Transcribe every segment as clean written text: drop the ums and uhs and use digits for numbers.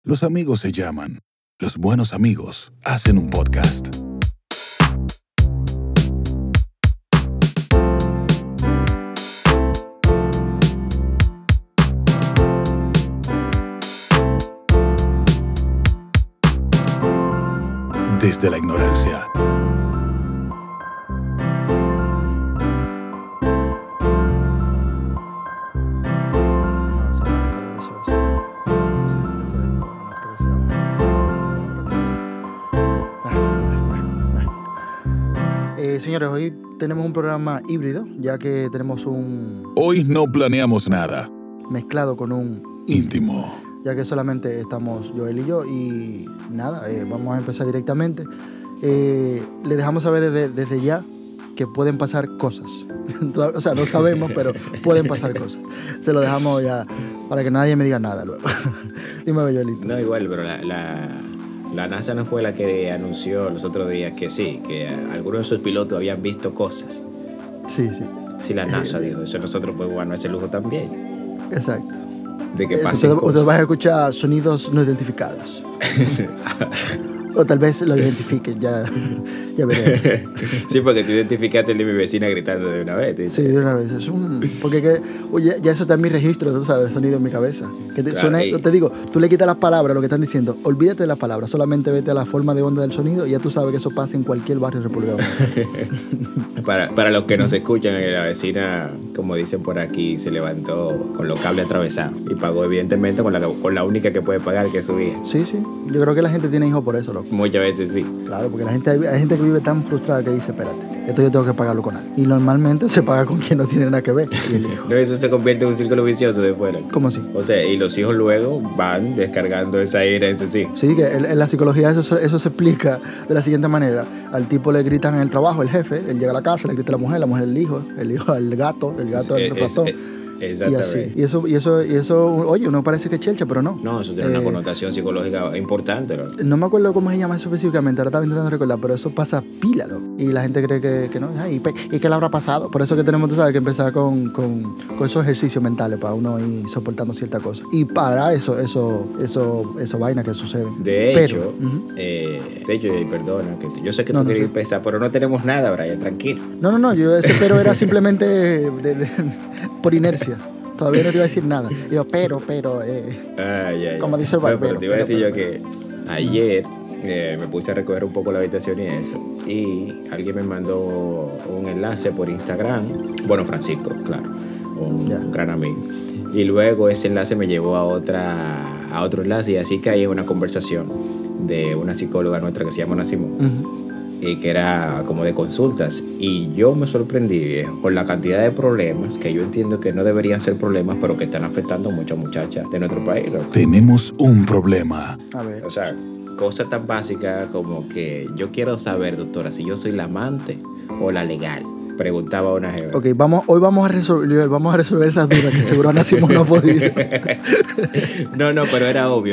Los amigos se llaman. Los buenos amigos hacen un podcast. Desde la ignorancia. Señores, hoy tenemos un programa híbrido, ya que tenemos un... Hoy no planeamos nada. Mezclado con un... Íntimo. Ya que solamente estamos Joel y yo y nada, vamos a empezar directamente. Le dejamos saber desde ya que pueden pasar cosas. O sea, no sabemos, pero pueden pasar cosas. Se lo dejamos ya para que nadie me diga nada luego. Dime, Joelito. No, igual, pero la NASA no fue la que anunció los otros días que sí, que algunos de sus pilotos habían visto cosas. Sí. Sí, la NASA dijo eso. Nosotros podemos darnos ese lujo también. Exacto. De que pasen cosas. Ustedes van a escuchar sonidos no identificados. O tal vez lo identifiquen, ya veremos. Sí, porque tú identificaste el de mi vecina gritando de una vez. Sí, de una vez. Porque oye, ya eso está en mi registro, tú sabes, sonido en mi cabeza. Que te digo, tú le quitas las palabras, lo que están diciendo, olvídate de las palabras, solamente vete a la forma de onda del sonido y ya tú sabes que eso pasa en cualquier barrio de República Dominicana. Para los que nos escuchan, la vecina, como dicen por aquí, se levantó con los cables atravesados y pagó evidentemente con la única que puede pagar, que es su hija. Sí. Yo creo que la gente tiene hijos por eso, loco. Muchas veces sí. Claro, porque hay gente que vive tan frustrada que dice, espérate, esto yo tengo que pagarlo con alguien. Y normalmente se paga con quien no tiene nada que ver. Y el hijo. No, eso se convierte en un círculo vicioso después. ¿Cómo así? O sea, y los hijos luego van descargando esa ira en sus hijos. Sí, que en la psicología eso se explica de la siguiente manera. Al tipo le gritan en el trabajo, el jefe, él llega a la casa, le grita a la mujer el hijo al gato, el ratón. Exactamente. Y eso, oye, uno parece que es chelcha, pero no. No, eso tiene una connotación psicológica importante, ¿no? No me acuerdo cómo se llama eso específicamente, ahora estaba intentando recordar, pero eso pasa pila, loco. Y la gente cree que no, y que le habrá pasado. Por eso que tenemos, tú sabes, que empezar con esos ejercicios mentales para uno ir soportando ciertas cosas. Y para eso vaina que sucede. De hecho, perdona, que yo sé que tú querías empezar, pero no tenemos nada, Brian, tranquilo. No, ese pero era simplemente por inercia. Todavía no te iba a decir nada. Yo, como dice el barbero. Pero te iba a decir yo que ayer me puse a recoger un poco la habitación y eso. Y alguien me mandó un enlace por Instagram. Bueno, Francisco, claro. Un gran amigo. Y luego ese enlace me llevó a otro enlace. Y así que hay una conversación de una psicóloga nuestra que se llama Ana Simón. Uh-huh. Y que era como de consultas, y yo me sorprendí con la cantidad de problemas que yo entiendo que no deberían ser problemas, pero que están afectando a muchas muchachas de nuestro país, ¿no? Tenemos un problema. A ver. O sea, cosas tan básicas como que yo quiero saber, doctora, si yo soy la amante o la legal. Preguntaba una jeva. Ok, hoy vamos a resolver esas dudas que seguro Ana Simón no ha podido. No, pero era obvio.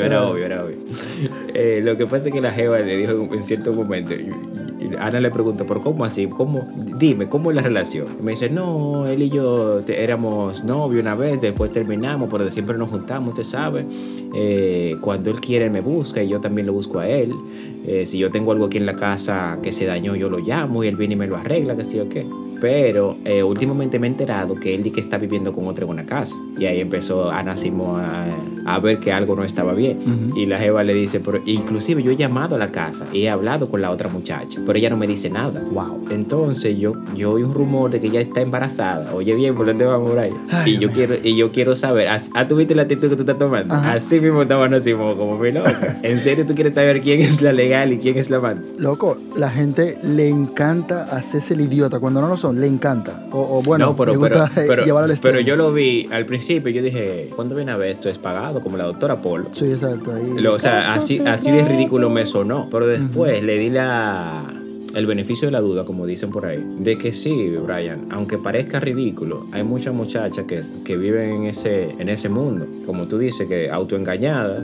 Lo que pasa es que la jeva le dijo en cierto momento, Ana le preguntó, ¿pero cómo así? Dime, ¿cómo es la relación? Y me dice, no, él y yo éramos novios una vez, después terminamos, pero siempre nos juntamos, usted sabe. Cuando él quiere, él me busca y yo también lo busco a él. Si yo tengo algo aquí en la casa que se dañó, yo lo llamo y él viene y me lo arregla, que sí o qué. Pero últimamente me he enterado que él di que está viviendo con otro en una casa. Y ahí empezó Ana Simón a ver que algo no estaba bien. Uh-huh. Y la jeva le dice, pero inclusive yo he llamado a la casa y he hablado con la otra muchacha, pero ella no me dice nada. Wow. Entonces yo oí un rumor de que ella está embarazada. Oye bien, ¿por dónde vamos por ahí? Y yo quiero saber, ¿tú viste la actitud que tú estás tomando? Ajá. Así mismo estaba Ana Simón, como mi loca. ¿En serio tú quieres saber quién es la legal y quién es la amante? Loco, la gente le encanta hacerse el idiota cuando no lo son. Le encanta. O bueno, no, le gusta llevar al extremo. Pero yo lo vi al principio y yo dije, ¿cuándo viene a ver esto es pagado? Como la doctora Polo. Sí, exacto. Ahí. O sea, así de ridículo me sonó. Pero después le di el beneficio de la duda, como dicen por ahí, de que sí, Brian, aunque parezca ridículo, hay muchas muchachas que viven en ese mundo, como tú dices, que autoengañadas,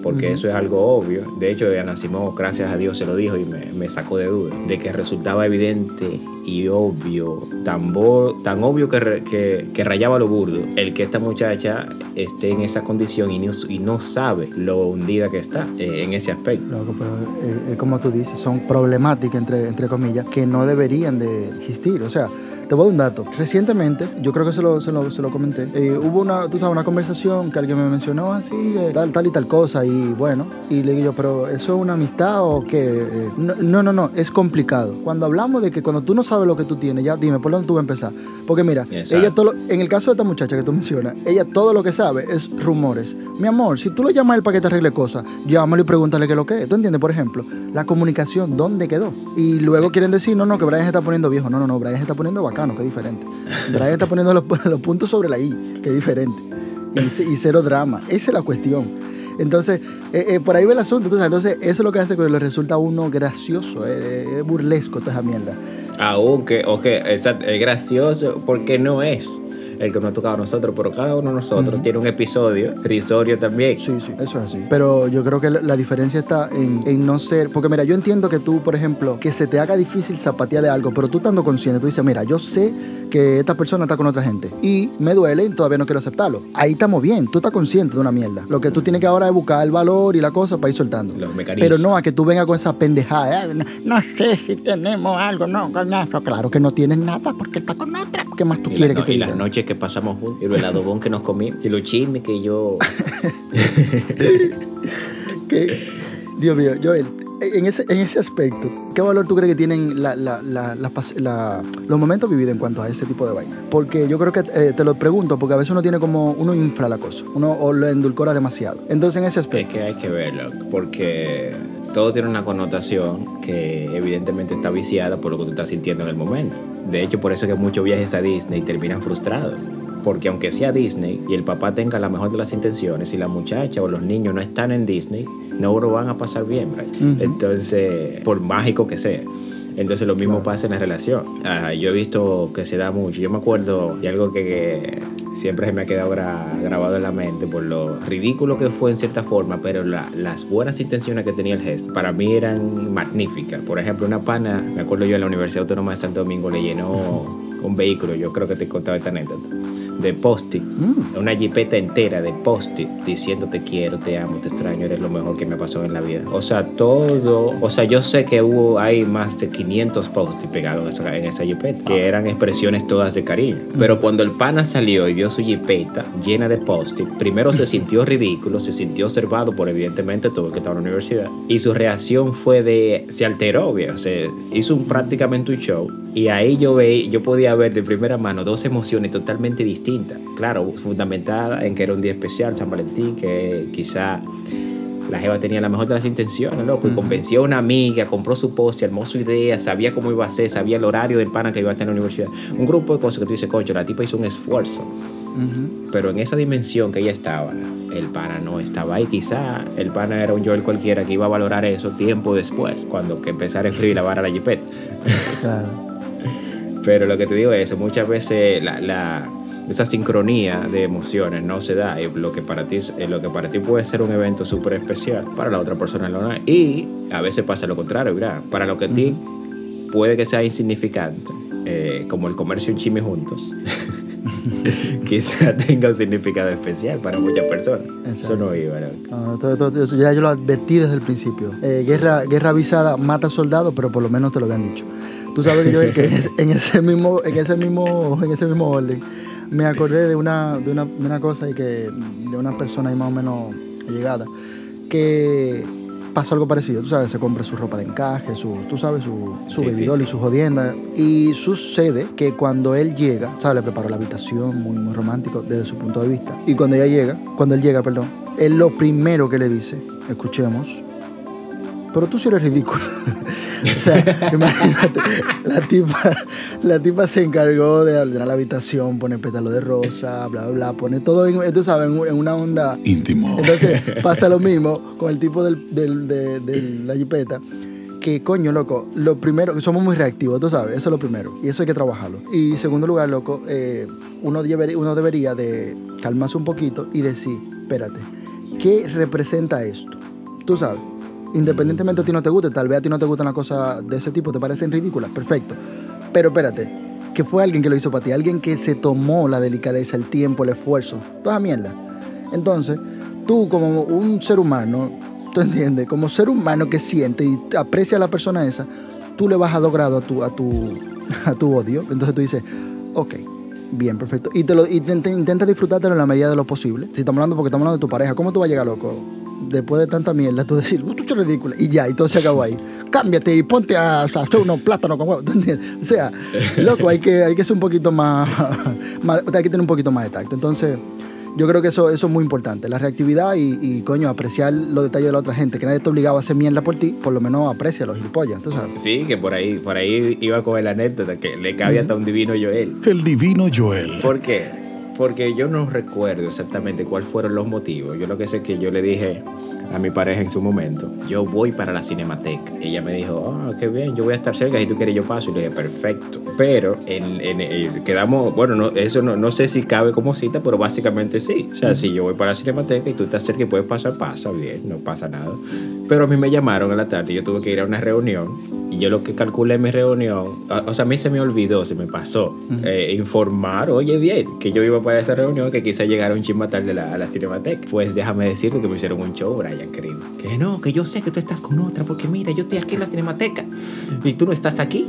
porque eso es algo obvio. De hecho, Ana Simón, gracias a Dios, se lo dijo y me sacó de duda, de que resultaba evidente y obvio, tan obvio que rayaba lo burdo, el que esta muchacha esté en esa condición y no sabe lo hundida que está en ese aspecto. Loco, pero como tú dices, son problemáticas, entre comillas, que no deberían de existir. O sea, te voy a dar un dato. Recientemente, yo creo que se lo comenté, hubo una conversación que alguien me mencionó así, tal y tal cosa, y bueno, y le digo yo, pero ¿eso es una amistad o qué? No, es complicado. Cuando hablamos de que cuando tú no sabes lo que tú tienes, ya dime, ¿por dónde tú vas a empezar? Porque mira, ella en el caso de esta muchacha que tú mencionas, ella todo lo que sabe es rumores. Mi amor, si tú lo llamas a él para que te arregle cosas, llámalo y pregúntale qué es lo que es. ¿Tú entiendes? Por ejemplo, la comunicación, ¿dónde quedó? Y luego quieren decir, no, que Brian se está poniendo viejo. No, Brian se está poniendo bacano, que es diferente. Brian está poniendo los puntos sobre la I, que es diferente. Y cero drama. Esa es la cuestión. Entonces, por ahí ve el asunto. Entonces, eso es lo que hace que le resulta a uno gracioso, es burlesco toda esa mierda. Aunque, es gracioso porque no es el que nos ha tocado a nosotros, pero cada uno de nosotros tiene un episodio risorio también. Sí, eso es así. Pero yo creo que la diferencia está en no ser... Porque mira, yo entiendo que tú, por ejemplo, que se te haga difícil zapatear de algo, pero tú estando consciente, tú dices, mira, yo sé que esta persona está con otra gente y me duele y todavía no quiero aceptarlo. Ahí estamos bien, tú estás consciente de una mierda. Lo que tú tienes que ahora es buscar el valor y la cosa para ir soltando. Los mecanismos. Pero no a que tú vengas con esa pendejada. No sé si tenemos algo, no, coñazo. Claro que no tienes nada porque él está con otra. ¿Qué más tú quieres que te diga? Y las noches que pasamos juntos, y el adobón que nos comimos, y los chismes que yo... Dios mío, Joel, en ese aspecto, ¿qué valor tú crees que tienen los momentos vividos en cuanto a ese tipo de vaina? Porque yo creo que te lo pregunto, porque a veces uno infla la cosa, o lo endulcora demasiado. Entonces, en ese aspecto... Es que hay que verlo, porque todo tiene una connotación que evidentemente está viciada por lo que tú estás sintiendo en el momento. De hecho, por eso es que muchos viajes a Disney terminan frustrados. Porque aunque sea Disney y el papá tenga la mejor de las intenciones, si la muchacha o los niños no están en Disney, no lo van a pasar bien, right? Entonces, por mágico que sea. Entonces lo mismo pasa en la relación. Yo he visto que se da mucho. Yo me acuerdo de algo que siempre se me ha quedado grabado en la mente por lo ridículo que fue en cierta forma, pero las buenas intenciones que tenía el gesto para mí eran magníficas. Por ejemplo, una pana, me acuerdo yo en la Universidad Autónoma de Santo Domingo, le llenó un vehículo, yo creo que te contaba esta anécdota, de post-it, una jipeta entera de post-it diciendo te quiero, te amo, te extraño, eres lo mejor que me pasó en la vida. O sea, yo sé que hay más de 500 post-it pegados en esa jipeta, que eran expresiones todas de cariño. Pero cuando el pana salió y vio su jipeta llena de post-it, primero se sintió ridículo, se sintió observado por evidentemente todo el que estaba en la universidad, y su reacción fue se alteró, o sea, hizo prácticamente un show. Y ahí yo podía ver de primera mano dos emociones totalmente distintas. Claro, fundamentada en que era un día especial, San Valentín, que quizá la jeva tenía la mejor de las intenciones, loco, y convenció a una amiga, compró su post, armó su idea, sabía cómo iba a ser, sabía el horario del pana que iba a tener en la universidad. Un grupo de cosas que tú dices, concho, la tipa hizo un esfuerzo. Pero en esa dimensión que ella estaba, el pana no estaba ahí. Quizá el pana era un Joel cualquiera que iba a valorar eso tiempo después, cuando que empezara a frío y lavar a la jipeta. Claro. Pero lo que te digo es eso, muchas veces esa sincronía de emociones no se da, y lo que para ti puede ser un evento súper especial, para la otra persona no es. Y a veces pasa lo contrario, ¿verdad? Para lo que a ti puede que sea insignificante, como el comercio un chisme juntos, quizá tenga un significado especial para muchas personas. Exacto. Eso no iba, ¿no? Eso ya yo lo advertí desde el principio. Guerra avisada mata soldados, pero por lo menos te lo habían dicho. Tú sabes que yo en ese mismo orden me acordé de una cosa y que de una persona ahí más o menos llegada que pasó algo parecido. Tú sabes, se compra su ropa de encaje, su bebidol y su jodienda. Y sucede que cuando él llega, ¿sabes? Le preparó la habitación, muy, muy romántico desde su punto de vista. Y cuando él llega, él lo primero que le dice, escuchemos, pero tú sí eres ridículo. O sea, imagínate, la tipa se encargó de ordenar la habitación, poner pétalo de rosa, bla, bla, bla, pone todo, tú sabes, en una onda íntimo. Entonces pasa lo mismo con el tipo de la jipeta, que coño, loco, lo primero, que somos muy reactivos, tú sabes, eso es lo primero, y eso hay que trabajarlo. Y en segundo lugar, loco, uno debería de calmarse un poquito y decir, espérate, ¿qué representa esto? Tú sabes, independientemente a ti no te guste, tal vez a ti no te gustan las cosas de ese tipo, te parecen ridículas, perfecto. Pero espérate, que fue alguien que lo hizo para ti, alguien que se tomó la delicadeza, el tiempo, el esfuerzo, toda mierda. Entonces, tú como un ser humano, ¿tú entiendes? Como ser humano que siente y aprecia a la persona esa, tú le bajas 2 grados a tu odio. Entonces tú dices, ok, bien, perfecto. Y intenta disfrutártelo en la medida de lo posible. Si estamos hablando, porque estamos hablando de tu pareja, ¿cómo tú vas a llegar, loco? Después de tanta mierda, tú decir, tú eres ridícula. Y ya, y todo se acabó ahí. Cámbiate y ponte a hacer unos plátanos con huevos. ¿Tú entiendes? O sea, loco, hay que ser un poquito más, hay que tener un poquito más de tacto. Entonces, yo creo que eso es muy importante. La reactividad y coño, apreciar los detalles de la otra gente. Que nadie está obligado a hacer mierda por ti. Por lo menos aprecia los gilipollas, tú sabes. Sí, que por ahí iba con la anécdota que le cabía hasta un divino Joel. El divino Joel. ¿Por qué? Porque yo no recuerdo exactamente cuáles fueron los motivos. Yo lo que sé es que yo le dije a mi pareja en su momento, yo voy para la Cinemateca. Ella me dijo, qué bien, yo voy a estar cerca, si tú quieres yo paso. Y le dije, perfecto. Pero quedamos, bueno, no sé si cabe como cita, pero básicamente sí. O sea, si yo voy para la Cinemateca y tú estás cerca y puedes pasar, pasa bien, no pasa nada. Pero a mí me llamaron a la tarde y yo tuve que ir a una reunión. Y yo lo que calculé en mi reunión, o sea, a mí se me olvidó, se me pasó informar, oye bien, que yo iba para esa reunión, que quizá llegara un chisme tarde a la Cinemateca. Pues déjame decirte que me hicieron un show, Brian, querido. Que no, que yo sé que tú estás con otra, porque mira, yo estoy aquí en la Cinemateca y tú no estás aquí.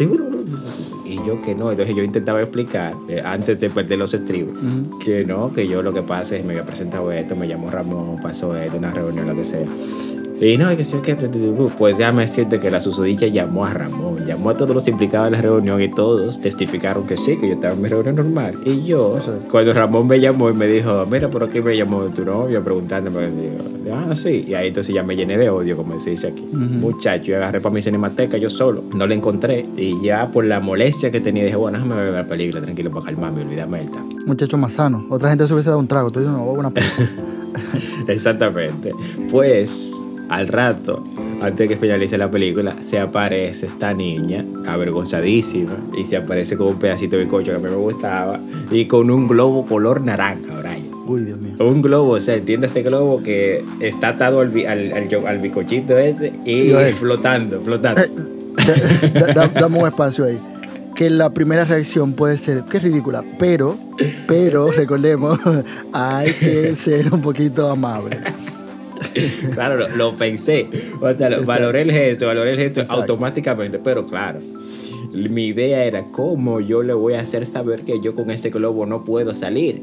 Y yo que no, entonces yo intentaba explicar, antes de perder los estribos, que no, que yo lo que pasa es me había presentado esto, me llamó Ramón, pasó esto, una reunión, lo que sea. Y no, pues déjame decirte que la susodicha llamó a Ramón, llamó a todos los implicados en la reunión y todos testificaron que sí, que yo estaba en mi reunión normal. Y yo, cuando Ramón me llamó y me dijo, mira, por aquí me llamó tu novio preguntándome, sí. Y ahí entonces ya me llené de odio, como se dice aquí. Muchacho, yo agarré para mi Cinemateca yo solo, no la encontré. Y ya por la molestia que tenía, dije, bueno, déjame ver la película, tranquilo, para calmarme, olvídame esta. Muchacho más sano. Otra gente se hubiese dado un trago, tú dices, no, buena película. Exactamente. Pues al rato, antes de que finalice la película, se aparece esta niña, avergonzadísima, y se aparece con un pedacito de bizcocho que a mí me gustaba, y con un globo color naranja, Brian. Uy, Dios mío. Un globo, o sea, entiende ese globo que está atado al bizcochito ese y flotando. Dame un espacio ahí. Que la primera reacción puede ser, qué ridícula, pero recordemos, hay que ser un poquito amable. Claro, lo pensé, o sea, valoré el gesto Exacto. automáticamente, pero claro, mi idea era cómo yo le voy a hacer saber que yo con ese globo no puedo salir.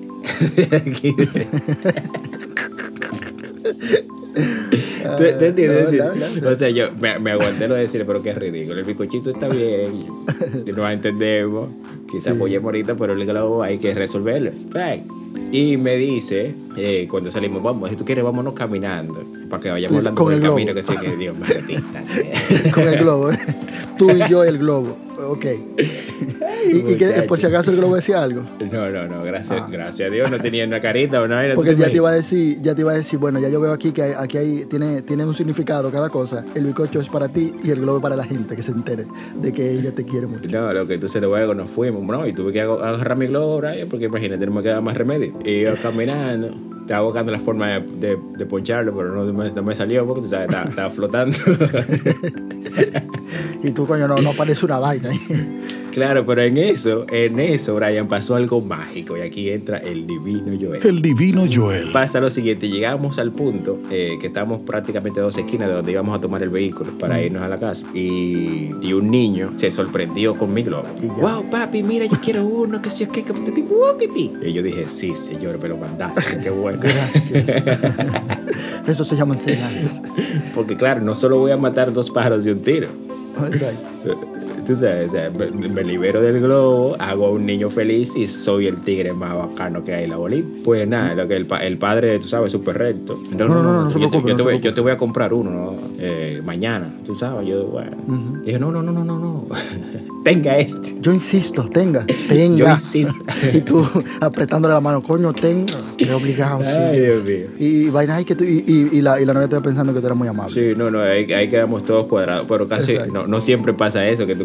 ¿Tú entiendes? No. O sea, yo me aguanté lo de decirle, pero qué ridículo, el bizcochito está bien, nos entendemos, quizás apoyemos ahorita, pero el globo hay que resolverlo. Y me dice, cuando salimos, vamos, si tú quieres, vámonos caminando, para que vayamos hablando con del el camino, globo. que sí, que Dios me repita. Con el globo, tú y yo el globo, ok. ¿Y que por si acaso el globo decía algo? No, gracias a Dios no tenía una carita o nada. Porque ya te iba a decir, bueno, ya yo veo aquí que aquí tiene un significado cada cosa. El bizcocho es para ti y el globo es para la gente, que se entere de que ella te quiere mucho. No, lo que entonces luego nos fuimos, ¿no? Y tuve que agarrar mi globo, Brian, porque imagínate, no me quedaba más remedio. Y iba caminando, estaba buscando la forma de poncharlo, pero no me salió porque, ¿sabes? Estaba flotando. Y tú, coño, no parece una vaina. Claro, pero en eso, Brian, pasó algo mágico y aquí entra el divino Joel. El divino Joel. Pasa lo siguiente, llegamos al punto que estábamos prácticamente a 2 esquinas de donde íbamos a tomar el vehículo para irnos a la casa y un niño se sorprendió con mi globo. Wow, papi, mira, yo quiero uno, que si es que y yo dije, sí, señor, me lo mandaste, qué bueno. Gracias. Eso se llaman señales. Porque claro, no solo voy a matar 2 pájaros de un tiro. Exacto. Tú sabes, o sea, me libero del globo, hago a un niño feliz y soy el tigre más bacano que hay en la bolita. Pues nada, lo que el padre, tú sabes, súper recto. No, yo te voy a comprar uno, ¿no? Mañana, tú sabes. Yo, bueno. Dije, no. Tenga este. Yo insisto, tenga. Yo insisto. Y tú apretándole la mano, coño, tenga. Qué obligado, sí. Ay, Dios mío. Y vaina, y la novia estaba pensando que tú eras muy amable. Sí, no, ahí quedamos todos cuadrados. Pero casi, no siempre pasa eso, que tú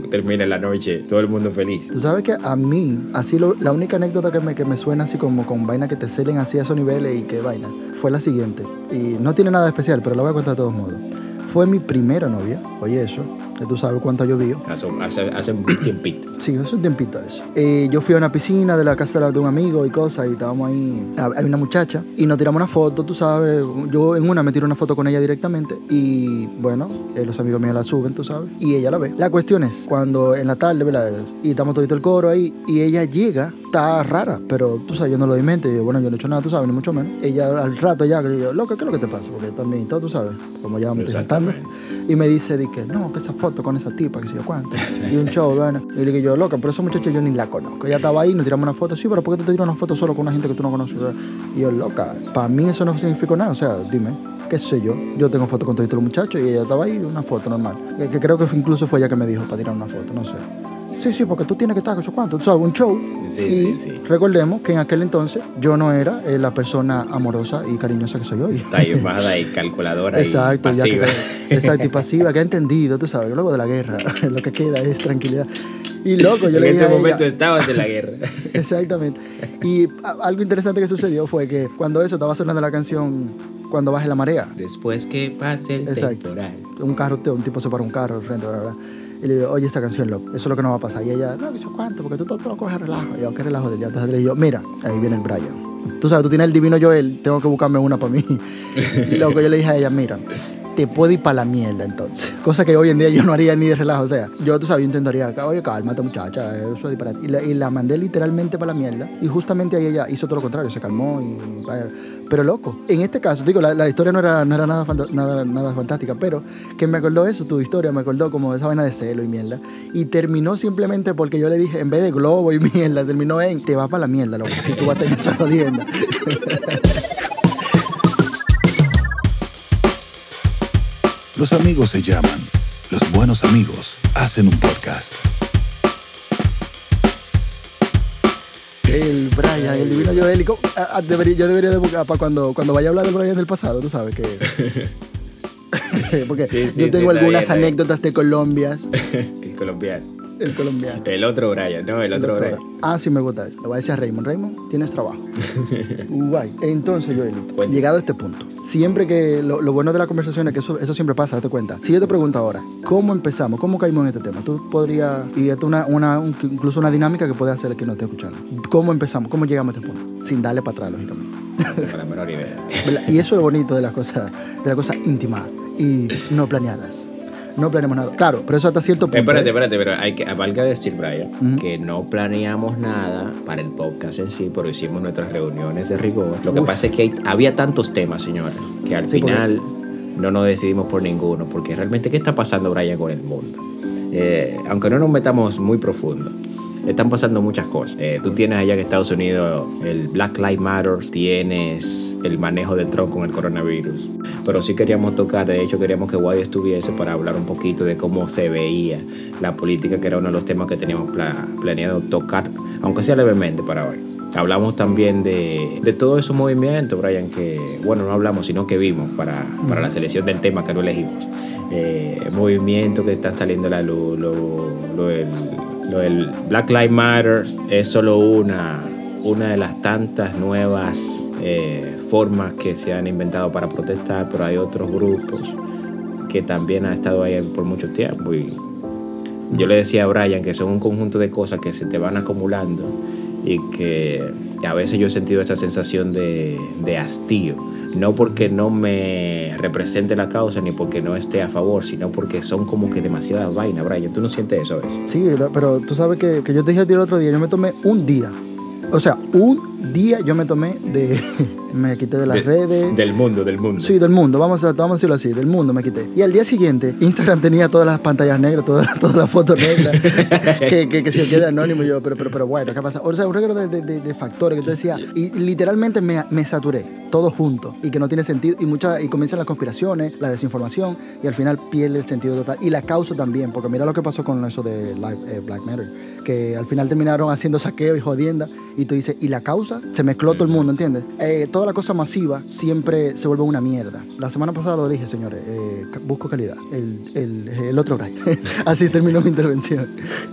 termina la noche, todo el mundo feliz. Tú sabes que a mí, así la única anécdota que me suena así como con vaina que te celen así a esos niveles y que vaina, fue la siguiente. Y no tiene nada especial, pero la voy a contar de todos modos. Fue mi primera novia, oye eso, que tú sabes cuánto ha llovido. Hace un tiempito. Sí, hace un tiempito eso. Yo fui a una piscina de la casa de un amigo y cosas, y estábamos ahí, hay una muchacha, y nos tiramos una foto, tú sabes, yo en una me tiro una foto con ella directamente, y bueno, los amigos míos la suben, tú sabes, y ella la ve. La cuestión es, cuando en la tarde, ¿verdad? Y estamos todito el coro ahí, y ella llega, está rara, pero tú sabes, yo no lo doy en mente, yo, bueno, yo no he hecho nada, tú sabes, ni mucho menos. Ella al rato ya, que yo, loca, ¿qué es lo que te pasa? Porque también, todo tú sabes, como ya me estoy saltando, y me dice, que no, que esa foto con esa tipa, que sé yo cuánto, y un show, bueno, y le digo yo, loca, pero esa muchacha yo ni la conozco. Ella estaba ahí, nos tiramos una foto, sí, pero ¿por qué tú te tiras una foto solo con una gente que tú no conoces? Y yo, loca, para mí eso no significa nada, o sea, dime, qué sé yo tengo foto con todos los muchachos y ella estaba ahí, una foto normal, que creo que incluso fue ella que me dijo para tirar una foto, no sé. Sí, porque tú tienes que estar con yo cuánto, tú sabes, un show. Sí. Recordemos que en aquel entonces yo no era la persona amorosa y cariñosa que soy hoy. Taimada y calculadora. Exacto, y pasiva. Exacto, y pasiva, que ha entendido, tú sabes, luego de la guerra, lo que queda es tranquilidad. Y loco, yo le dije en ese momento estabas en la guerra. Exactamente. Y algo interesante que sucedió fue que cuando eso estaba sonando la canción Cuando baje la marea. Después que pase el temporal. Un tipo se para un carro frente, ¿verdad? Y le digo, oye, esta canción, loco, eso es lo que nos va a pasar. Y ella, no, ¿eso cuánto? Porque tú todo lo coges a relajo. Y yo, ¿qué relajo del día? Entonces le digo, mira, ahí viene el Brian. Tú sabes, tú tienes el divino Joel, tengo que buscarme una para mí. Y loco, yo le dije a ella, mira, te puedo ir para la mierda entonces. Cosa que hoy en día yo no haría ni de relajo. O sea, yo, tú sabes, yo intentaría, oye, cálmate muchacha, eso es disparate. Y la mandé literalmente para la mierda. Y justamente ahí ella hizo todo lo contrario, se calmó y... Pero loco, en este caso, digo, la historia no era nada fantástica, pero que me acordó eso, tu historia, me acordó como esa vaina de celo y mierda. Y terminó simplemente porque yo le dije, en vez de globo y mierda, terminó en, te vas para la mierda, loco, si tú vas a tener esa jodienda. Los amigos se llaman. Los buenos amigos hacen un podcast. El Brian, el divino Joel. Yo debería de buscar para cuando vaya a hablar del Brian del pasado, tú sabes que... Porque yo tengo algunas anécdotas de Colombia. El colombiano. El colombiano. El otro Brian, no, el otro Brian. Ah, sí me gusta eso. Le voy a decir a Raymond, tienes trabajo. Guay. Entonces, Joelito, llegado a este punto, siempre que lo bueno de la conversación es que eso siempre pasa, date cuenta. Si yo te pregunto ahora, ¿cómo empezamos? ¿Cómo caímos en este tema? Tú podrías, y esto es incluso una dinámica que puede hacer el que no esté escuchando. ¿Cómo empezamos? ¿Cómo llegamos a este punto? Sin darle para atrás, lógicamente. No tengo la menor idea. Y eso es lo bonito de las cosas íntimas y no planeadas. No planeamos nada. Claro, pero eso hasta cierto punto. Espérate, pero valga decir, Brian, que no planeamos nada para el podcast en sí, pero hicimos nuestras reuniones de rigor. Lo que pasa es que había tantos temas, señores, que al final no nos decidimos por ninguno, porque realmente, ¿qué está pasando, Brian, con el mundo? Aunque no nos metamos muy profundo, están pasando muchas cosas. Tú tienes allá en Estados Unidos el Black Lives Matter, tienes el manejo de Trump con el coronavirus. Pero sí queríamos tocar, de hecho queríamos que Wadi estuviese para hablar un poquito de cómo se veía la política, que era uno de los temas que teníamos planeado tocar, aunque sea levemente para hoy. Hablamos también de todos esos movimientos, Brian, que, bueno, no hablamos, sino que vimos para la selección del tema que no elegimos. Movimientos que están saliendo a la luz, lo del Black Lives Matter es solo una de las tantas nuevas formas que se han inventado para protestar, pero hay otros grupos que también han estado ahí por mucho tiempo. Y yo le decía a Brian que son un conjunto de cosas que se te van acumulando y que a veces yo he sentido esa sensación de hastío, no porque no me represente la causa ni porque no esté a favor, sino porque son como que demasiadas vainas. Brian, ¿tú no sientes eso a veces? Sí, pero tú sabes que yo te dije a ti el otro día, yo me tomé un día. O sea, un día yo me tomé me quité de las redes. Del mundo. Sí, del mundo, vamos a decirlo así, del mundo me quité. Y al día siguiente, Instagram tenía todas las pantallas negras, todas las fotos negras, que se quede anónimo. Y yo, pero bueno, ¿qué pasa? O sea, un regalo de factores que tú decías. Y literalmente me saturé, todo junto, y que no tiene sentido. Y comienzan las conspiraciones, la desinformación, y al final pierde el sentido total. Y la causa también, porque mira lo que pasó con eso de Black Matter, que al final terminaron haciendo saqueo y jodienda, y tú dices, ¿y la causa? Se mezcló todo el mundo, ¿entiendes? Toda la cosa masiva siempre se vuelve una mierda. La semana pasada lo dije, señores, busco calidad. El otro Brian. Así terminó mi intervención.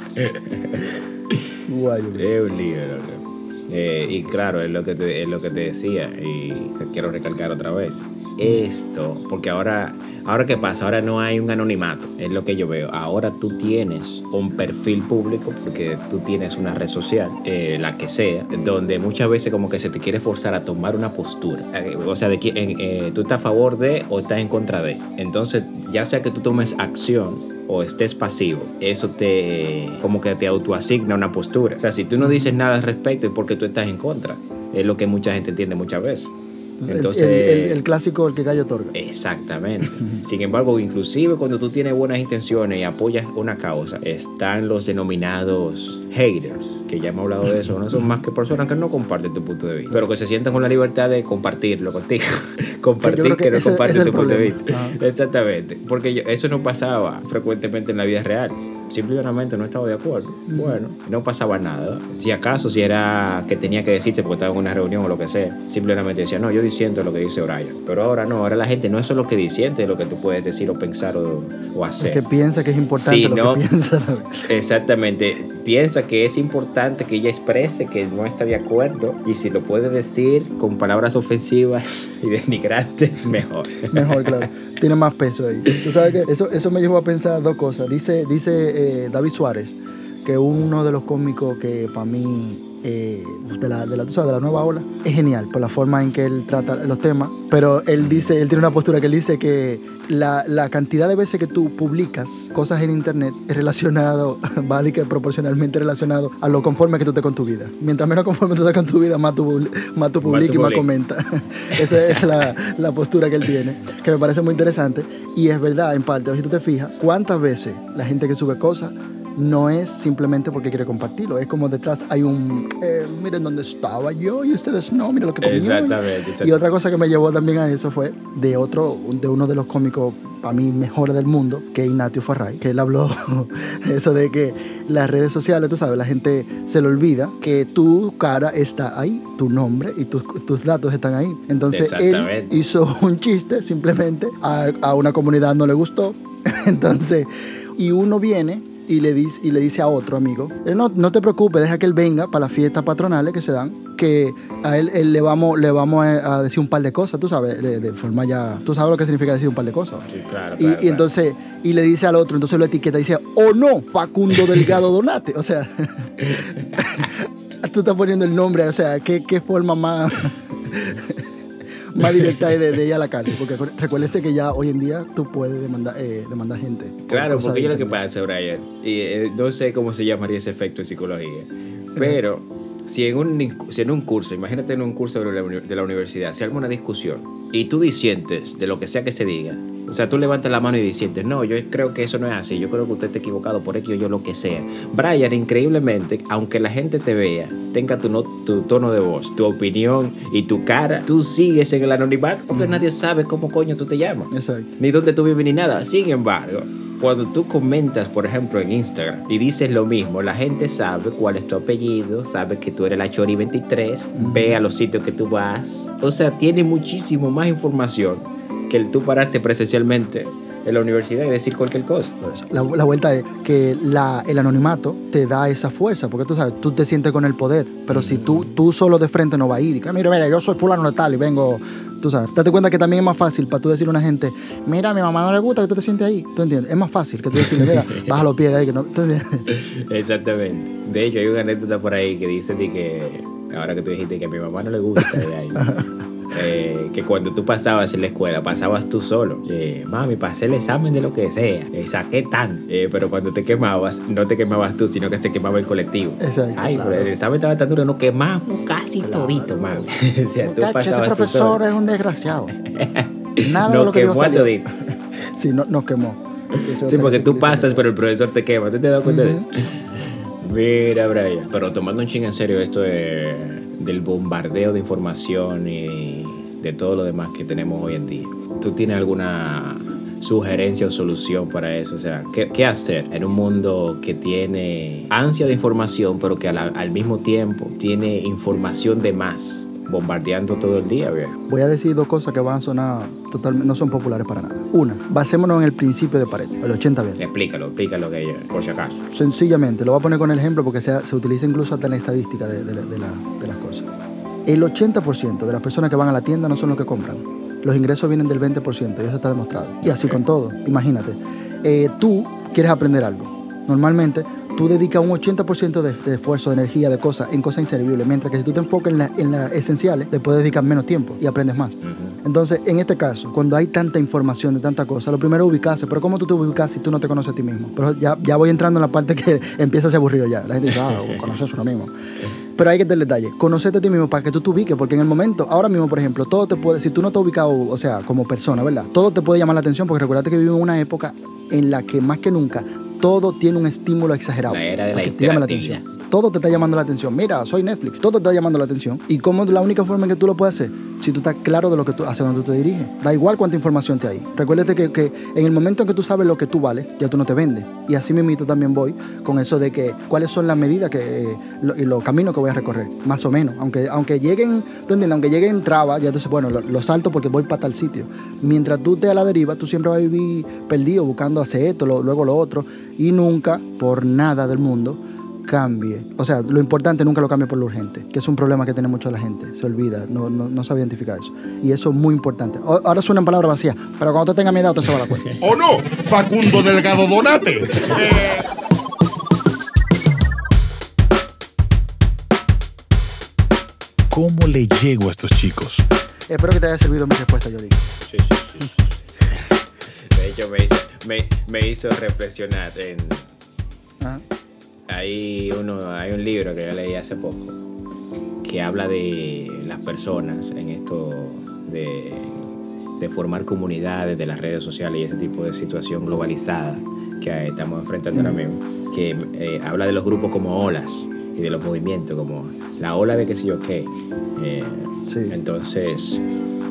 Guay, es un lío, loco. Y claro, es lo que te decía, y te quiero recalcar otra vez. Esto, porque ahora ¿qué pasa? Ahora no hay un anonimato, es lo que yo veo. Ahora tú tienes un perfil público, porque tú tienes una red social, la que sea, donde muchas veces como que se te quiere forzar a tomar una postura. O sea, tú estás a favor de o estás en contra de. Entonces, ya sea que tú tomes acción o estés pasivo, eso como que te autoasigna una postura. O sea, si tú no dices nada al respecto es porque tú estás en contra. Es lo que mucha gente entiende muchas veces. Entonces, el clásico, el que gallo otorga. Exactamente. Sin embargo, inclusive cuando tú tienes buenas intenciones y apoyas una causa, están los denominados haters, que ya hemos hablado de eso. No son más que personas que no comparten tu punto de vista, pero que se sientan con la libertad de compartirlo contigo. Compartir que no comparten tu punto de vista. Exactamente. Porque eso no pasaba frecuentemente en la vida real. Simplemente no estaba de acuerdo. Bueno, no pasaba nada. Si acaso, si era que tenía que decirse porque estaba en una reunión o lo que sea, simplemente decía, no, yo disiento lo que dice Brian. Pero ahora no, ahora la gente no es solo que disiente de lo que tú puedes decir o pensar o hacer. Es que piensa que es importante lo que piensa. Exactamente. Piensa que es importante que ella exprese que no está de acuerdo, y si lo puede decir con palabras ofensivas y denigrantes, mejor. Mejor, claro. Tiene más peso ahí. Tú sabes que eso me llevó a pensar dos cosas. Dice David Suárez, que uno de los cómicos que para mí de la nueva ola es genial por la forma en que él trata los temas, pero él tiene una postura que él dice que la cantidad de veces que tú publicas cosas en internet es relacionado, va a decir que proporcionalmente relacionado a lo conforme que tú estés con tu vida. Mientras menos conforme tú estés con tu vida, más tú publicas y más comentas. Esa es la postura que él tiene, que me parece muy interesante, y es verdad en parte. Si tú te fijas, ¿cuántas veces la gente que sube cosas no es simplemente porque quiere compartirlo? Es como detrás hay miren dónde estaba yo y ustedes no, miren lo que comí. Exactamente. Y otra cosa que me llevó también a eso fue de uno de los cómicos para mí mejores del mundo, que es Ignacio Farray, que él habló eso de que las redes sociales, tú sabes, la gente se le olvida que tu cara está ahí, tu nombre y tus datos están ahí. Entonces él hizo un chiste, simplemente a una comunidad no le gustó. Entonces, y uno viene y le dice a otro amigo, no te preocupes, deja que él venga para las fiestas patronales que se dan, que a él le vamos a decir un par de cosas, tú sabes, de forma ya, tú sabes lo que significa decir un par de cosas. Sí, claro, y entonces, y le dice al otro, entonces lo etiqueta y dice, oh no, Facundo Delgado Donate, o sea, tú estás poniendo el nombre, o sea, qué forma más directa de ir a la cárcel, porque recuérdese que ya hoy en día tú puedes demandar gente. Claro, porque yo lo que pasa, Brian, y no sé cómo se llamaría ese efecto en psicología, pero si en un curso, imagínate en un curso de la universidad, se arma una discusión y tú disientes de lo que sea que se diga, o sea, tú levantas la mano y disientes, no, yo creo que eso no es así, yo creo que usted está equivocado por X o yo lo que sea. Brian, increíblemente, aunque la gente te vea, tenga tu tono de voz, tu opinión y tu cara, tú sigues en el anonimato porque nadie sabe cómo coño tú te llamas. Exacto. Ni dónde tú vives ni nada. Sin embargo, cuando tú comentas, por ejemplo, en Instagram y dices lo mismo, la gente sabe cuál es tu apellido, sabe que tú eres la Chori 23, ve a los sitios que tú vas. O sea, tiene muchísimo más información que el tú pararte presencialmente en la universidad y decir cualquier cosa. La vuelta es que el anonimato te da esa fuerza, porque tú sabes, tú te sientes con el poder, pero si tú solo de frente no vas a ir, y mira, yo soy fulano de tal y vengo, tú sabes, date cuenta que también es más fácil para tú decirle a una gente, mira, a mi mamá no le gusta que tú te sientes ahí, ¿tú entiendes? Es más fácil que tú decirle, mira, baja los pies de ahí, que no, ¿tú entiendes? Exactamente. De hecho, hay una anécdota por ahí que dice que, ahora que tú dijiste que a mi mamá no le gusta, que cuando tú pasabas en la escuela, pasabas tú solo. Mami, pasé el examen de lo que sea, saqué tan. Pero cuando te quemabas, no te quemabas tú, sino que se quemaba el colectivo. Exacto. Ay, claro. Pero el examen estaba tan duro, nos quemamos casi todito, mami. O sea, tú pasabas ese profesor es un desgraciado. Nada de lo que dijo salió. Todito. Sí, nos quemó. Sí, porque tú pasas, pero el profesor te quema. ¿Tú te das cuenta de eso? Mira, Brian. Pero tomando un ching en serio esto del bombardeo de información y de todo lo demás que tenemos hoy en día, ¿tú tienes alguna sugerencia o solución para eso. O sea, ¿qué hacer en un mundo que tiene ansia de información, pero que al mismo tiempo tiene información de más, bombardeando todo el día, viejo? Voy a decir 2 cosas que van a sonar totalmente, no son populares para nada. Una, basémonos en el principio de Pareto, el 80-20. Explícalo que por si acaso. Sencillamente, lo voy a poner con el ejemplo porque se utiliza incluso hasta en la estadística de las cosas. El 80% de las personas que van a la tienda no son los que compran. Los ingresos vienen del 20% y eso está demostrado. Y así con todo. Imagínate, tú quieres aprender algo. Normalmente, tú dedicas un 80% de esfuerzo, de energía, de cosas, en cosas inservibles. Mientras que si tú te enfocas en las esenciales, le puedes dedicar menos tiempo y aprendes más. Entonces, en este caso, cuando hay tanta información de tanta cosa, lo primero es ubicarse. Pero ¿cómo tú te ubicas si tú no te conoces a ti mismo? Pero ya voy entrando en la parte que empieza a ser aburrido ya. La gente dice, conoces a uno mismo. Pero hay que tener detalle. Conocerte a ti mismo para que tú te ubiques. Porque en el momento, ahora mismo, por ejemplo, todo te puede, si tú no te has ubicado, o sea, como persona, ¿verdad? Todo te puede llamar la atención porque recuerda que vivimos en una época en la que más que nunca todo tiene un estímulo exagerado. La era de la que te llama la atención. Todo te está llamando la atención. Mira, soy Netflix. Todo te está llamando la atención. ¿Y cómo es la única forma en que tú lo puedes hacer? Si tú estás claro de lo que tú, hacia dónde tú te diriges. Da igual cuánta información te hay. Recuérdate que en el momento en que tú sabes lo que tú vales, ya tú no te vendes. Y así mismito también voy con eso de que cuáles son las medidas y los caminos que voy a recorrer. Más o menos. Aunque lleguen, tú entiendes, aunque lleguen trabas, ya entonces, bueno, lo salto porque voy para tal sitio. Mientras tú estés a la deriva, tú siempre vas a vivir perdido buscando hacer esto, luego lo otro. Y nunca, por nada del mundo, cambie. O sea, lo importante nunca lo cambie por lo urgente, que es un problema que tiene mucho la gente. Se olvida, no sabe identificar eso. Y eso es muy importante. Ahora suenan palabras vacías, pero cuando te tenga mi edad, usted se va a dar cuenta. ¿O no? Facundo Delgado Donate. ¿Cómo le llego a estos chicos? Espero que te haya servido mi respuesta, Yoli. Sí. De hecho, me hizo reflexionar en... Ajá. Hay un libro que yo leí hace poco que habla de las personas en esto de formar comunidades, de las redes sociales y ese tipo de situación globalizada que estamos enfrentando ahora mismo, que habla de los grupos como olas y de los movimientos como la ola de qué sé yo qué. Sí. Entonces,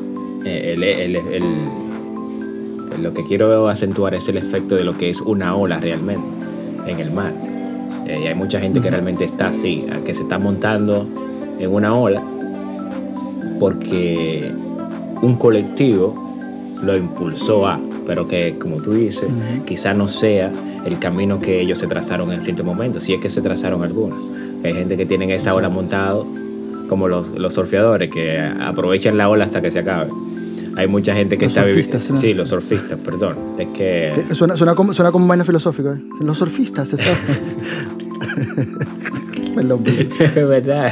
lo que quiero acentuar es el efecto de lo que es una ola realmente en el mar. Y hay mucha gente que realmente está así, que se está montando en una ola porque un colectivo lo impulsó pero que, como tú dices, quizá no sea el camino que ellos se trazaron en cierto momento, si es que se trazaron algunos. Hay gente que tienen esa ola montado, como los surfeadores, que aprovechan la ola hasta que se acabe. Hay mucha gente que los está viviendo... surfistas, ¿no? Sí, los surfistas, perdón. Es que... Suena como vaina filosófica, ¿eh? Los surfistas están... Perdón. Es verdad.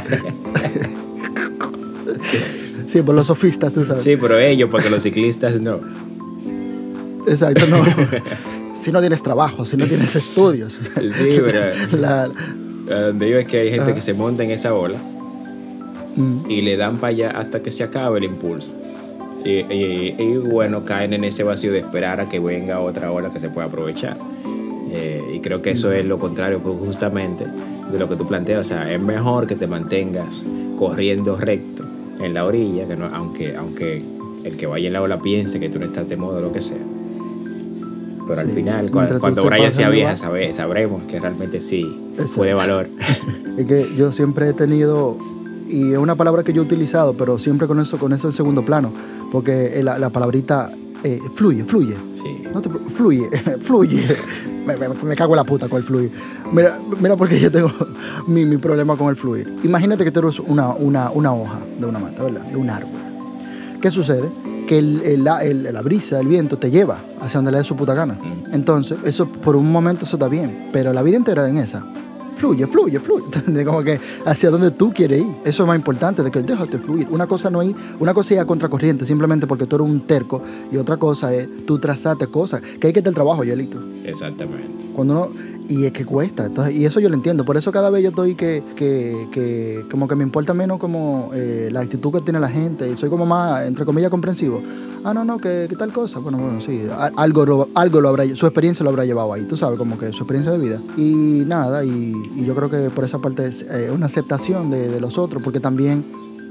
Sí, por los sofistas, tú sabes. Sí, pero ellos, porque los ciclistas no. Exacto, no. Si no tienes trabajo, si no tienes estudios. Sí, pero... A donde iba es que hay gente que se monta en esa ola y le dan para allá hasta que se acabe el impulso. Y bueno, caen en ese vacío de esperar a que venga otra ola que se pueda aprovechar. Y creo que eso es lo contrario, pues, justamente de lo que tú planteas. O sea, es mejor que te mantengas corriendo recto en la orilla, que no, aunque el que vaya en la ola piense que tú no estás de modo o lo que sea. Pero al final, cuando Brian sea vieja, sabremos que realmente sí fue de valor. Es que yo siempre he tenido, y es una palabra que yo he utilizado, pero siempre con eso en segundo plano, porque la palabrita fluye. Sí. No fluye. Me cago en la puta con el fluir. Mira porque yo tengo mi problema con el fluir. Imagínate que tú eres una hoja de una mata, ¿verdad? De un árbol. ¿Qué sucede? Que la brisa, el viento te lleva hacia donde le dé su puta gana. Entonces, eso por un momento eso está bien, pero la vida entera en esa. Fluye. Como que hacia donde tú quieres ir. Eso es más importante, de que déjate fluir. Una cosa es ir a contracorriente simplemente porque tú eres un terco, y otra cosa es tú trazarte cosas. Que hay que estar el trabajo, Yelito. Exactamente. Y es que cuesta. Entonces, y eso yo lo entiendo. Por eso cada vez yo estoy que como que me importa menos como la actitud que tiene la gente. Y soy como más, entre comillas, comprensivo. No, que tal cosa. Bueno, sí. Algo lo habrá, su experiencia lo habrá llevado ahí. Tú sabes, como que su experiencia de vida. Y nada, y yo creo que por esa parte es una aceptación de los otros. Porque también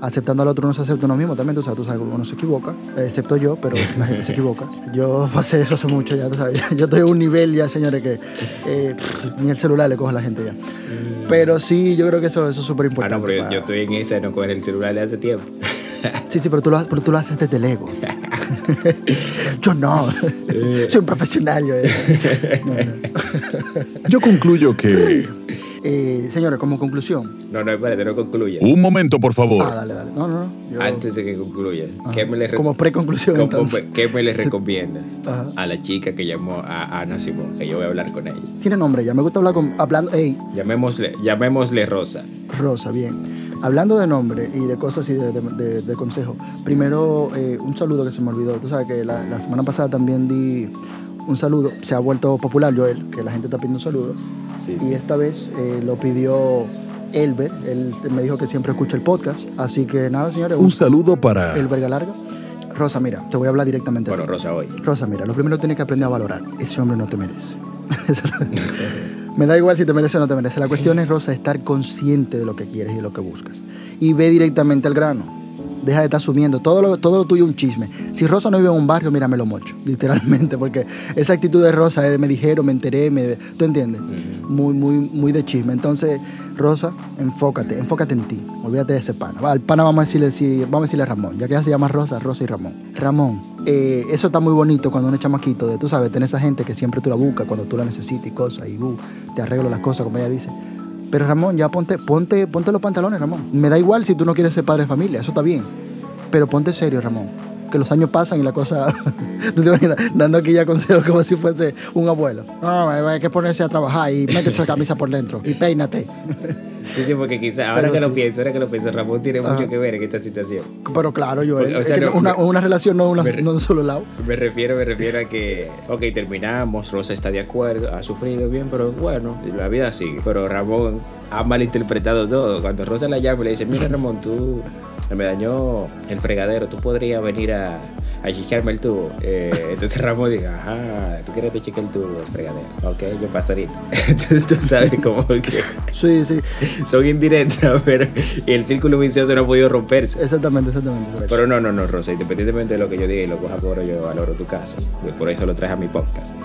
aceptando al otro uno se acepta uno mismo también, tú sabes, uno se equivoca, excepto yo, pero la gente se equivoca. Yo pasé eso hace mucho ya, tú sabes, yo estoy a un nivel ya, señores, que ni el celular le coge a la gente ya. Pero sí, yo creo que eso es súper importante. No, pero yo estoy en esa de no coger el celular de hace tiempo. Sí, pero tú lo haces desde el ego. Yo no, soy un profesional. Yo concluyo que... Señores, como conclusión. No, espérate, no concluya. Un momento, por favor. Dale. No. Antes de que concluya, como preconclusión, entonces. ¿Qué me le recomiendas Ajá. a la chica que llamó a Ana Simón? Que yo voy a hablar con ella. Tiene nombre ya, me gusta hablando. Ey, Llamémosle Rosa. Rosa, bien. Hablando de nombre y de cosas y de consejos. Primero, un saludo que se me olvidó. Tú sabes que la semana pasada también di un saludo. Se ha vuelto popular, Joel, que la gente está pidiendo un saludo. Sí. Y esta vez lo pidió Elber. Él me dijo que siempre escucha el podcast. Así que nada, señores. Un saludo para... Elber Galarga. Rosa, mira, te voy a hablar directamente. Bueno, Rosa, hoy. Rosa, mira, lo primero que tienes que aprender a valorar. Ese hombre no te merece. Me da igual si te merece o no te merece. La cuestión es, Rosa, estar consciente de lo que quieres y de lo que buscas. Y ve directamente al grano. Deja de estar asumiendo. Todo lo tuyo es un chisme. Si Rosa no vive en un barrio, mira, me lo mocho. Literalmente. Porque esa actitud de Rosa es me dijeron, me enteré, ¿tú entiendes? Muy de chisme. Entonces, Rosa, enfócate en ti. Olvídate de ese pana. Al pana vamos a decirle Ramón. Ya que ella se llama Rosa y Ramón. Ramón, eso está muy bonito cuando uno es chamaquito. Tú sabes, tener esa gente que siempre tú la buscas cuando tú la necesitas y cosas. Y te arreglo las cosas, como ella dice. Pero Ramón, ya ponte los pantalones, Ramón. Me da igual si tú no quieres ser padre de familia, eso está bien. Pero ponte serio, Ramón. Que los años pasan y la cosa... Tú te imaginas dando aquí ya consejos como si fuese un abuelo. No, hay que ponerse a trabajar y métese la camisa por dentro y peínate. Sí, porque quizás, ahora que lo pienso, Ramón tiene mucho que ver en esta situación. Pero claro, Joel, o sea, una relación no de un solo lado. Me refiero a que, ok, terminamos, Rosa está de acuerdo, ha sufrido bien, pero bueno, la vida sigue. Pero Ramón ha malinterpretado todo. Cuando Rosa la llama y le dice, mira Ramón, tú me dañó el fregadero, tú podrías venir a chicarme el tubo. Entonces Ramón dice, ajá, tú quieres que te chique el tubo, el fregadero. Ok, yo paso ahorita. Entonces tú sabes como que... Sí. Son indirectas, pero el círculo vicioso no ha podido romperse. Exactamente. Pero no, Rosa, independientemente de lo que yo diga y lo coja por yo valoro tu caso. Por eso lo traes a mi podcast.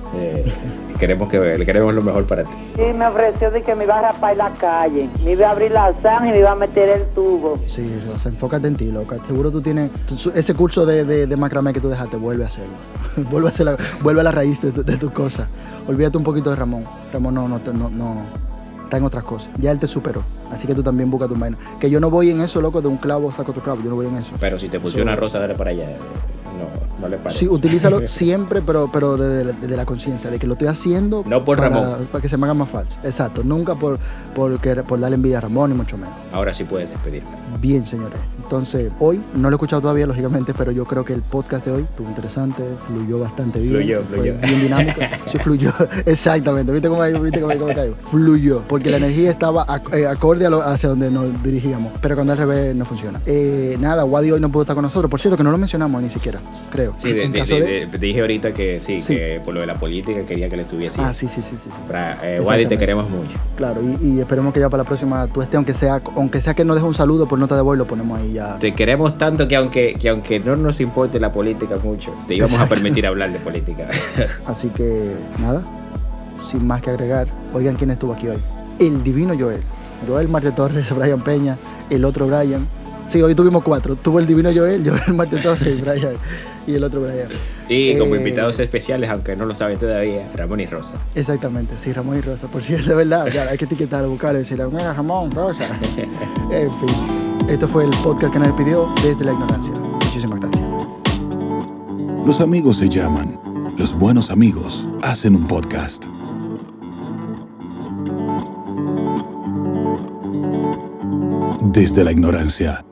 Queremos lo mejor para ti. Sí, me ofreció de que me iba a rapar la calle, me iba a abrir la zanja y me iba a meter el tubo. Sí, Rosa, enfócate en ti, loca. Seguro tú tienes ese curso de macramé que tú dejaste, vuelve a hacerlo. Vuelve a la raíz de tus cosas. Olvídate un poquito de Ramón. Ramón no está en otras cosas. Ya él te superó. Así que tú también busca tu vaina. Que yo no voy en eso, loco, de un clavo saco otro clavo. Yo no voy en eso. Pero si te funciona Rosa, dale para allá. No le parece. Sí, utilízalo siempre, pero desde la conciencia, de que lo estoy haciendo no por Ramón. Para que se me haga más falso. Exacto, nunca por darle envidia a Ramón, ni mucho menos. Ahora sí puedes despedirme. Bien, señores. Entonces, hoy, no lo he escuchado todavía, lógicamente, pero yo creo que el podcast de hoy estuvo interesante, fluyó bastante bien. Fluyó. Bien dinámico. Sí, fluyó. Exactamente. ¿Viste cómo cayó? Fluyó. Porque la energía estaba acorde hacia donde nos dirigíamos. Pero cuando al revés no funciona. Nada, Wadi hoy no pudo estar con nosotros. Por cierto, que no lo mencionamos ni siquiera, creo. Sí, dije ahorita que sí, que por lo de la política quería que le estuviese. Sí. Wadi, te queremos mucho. Claro, y esperemos que ya para la próxima tú estés, aunque sea que nos deje un saludo por nota de voz, lo ponemos ahí ya. Te queremos tanto que aunque no nos importe la política mucho, te íbamos a permitir hablar de política. Así que, nada, sin más que agregar, oigan quién estuvo aquí hoy. El divino Joel Marte Torres, Brian Peña, el otro Brian. Sí, hoy tuvimos 4. Tuvo el divino Joel Marte Torres, Brian y el otro Brian. Y como invitados especiales, aunque no lo saben todavía, Ramón y Rosa. Exactamente, sí, Ramón y Rosa. Por cierto, de verdad, ya hay que etiquetarlo, buscarlo y decirle, Ramón, Rosa. En fin, esto fue el podcast que nos pidió desde la ignorancia. Muchísimas gracias. Los amigos se llaman. Los buenos amigos hacen un podcast. Desde la ignorancia.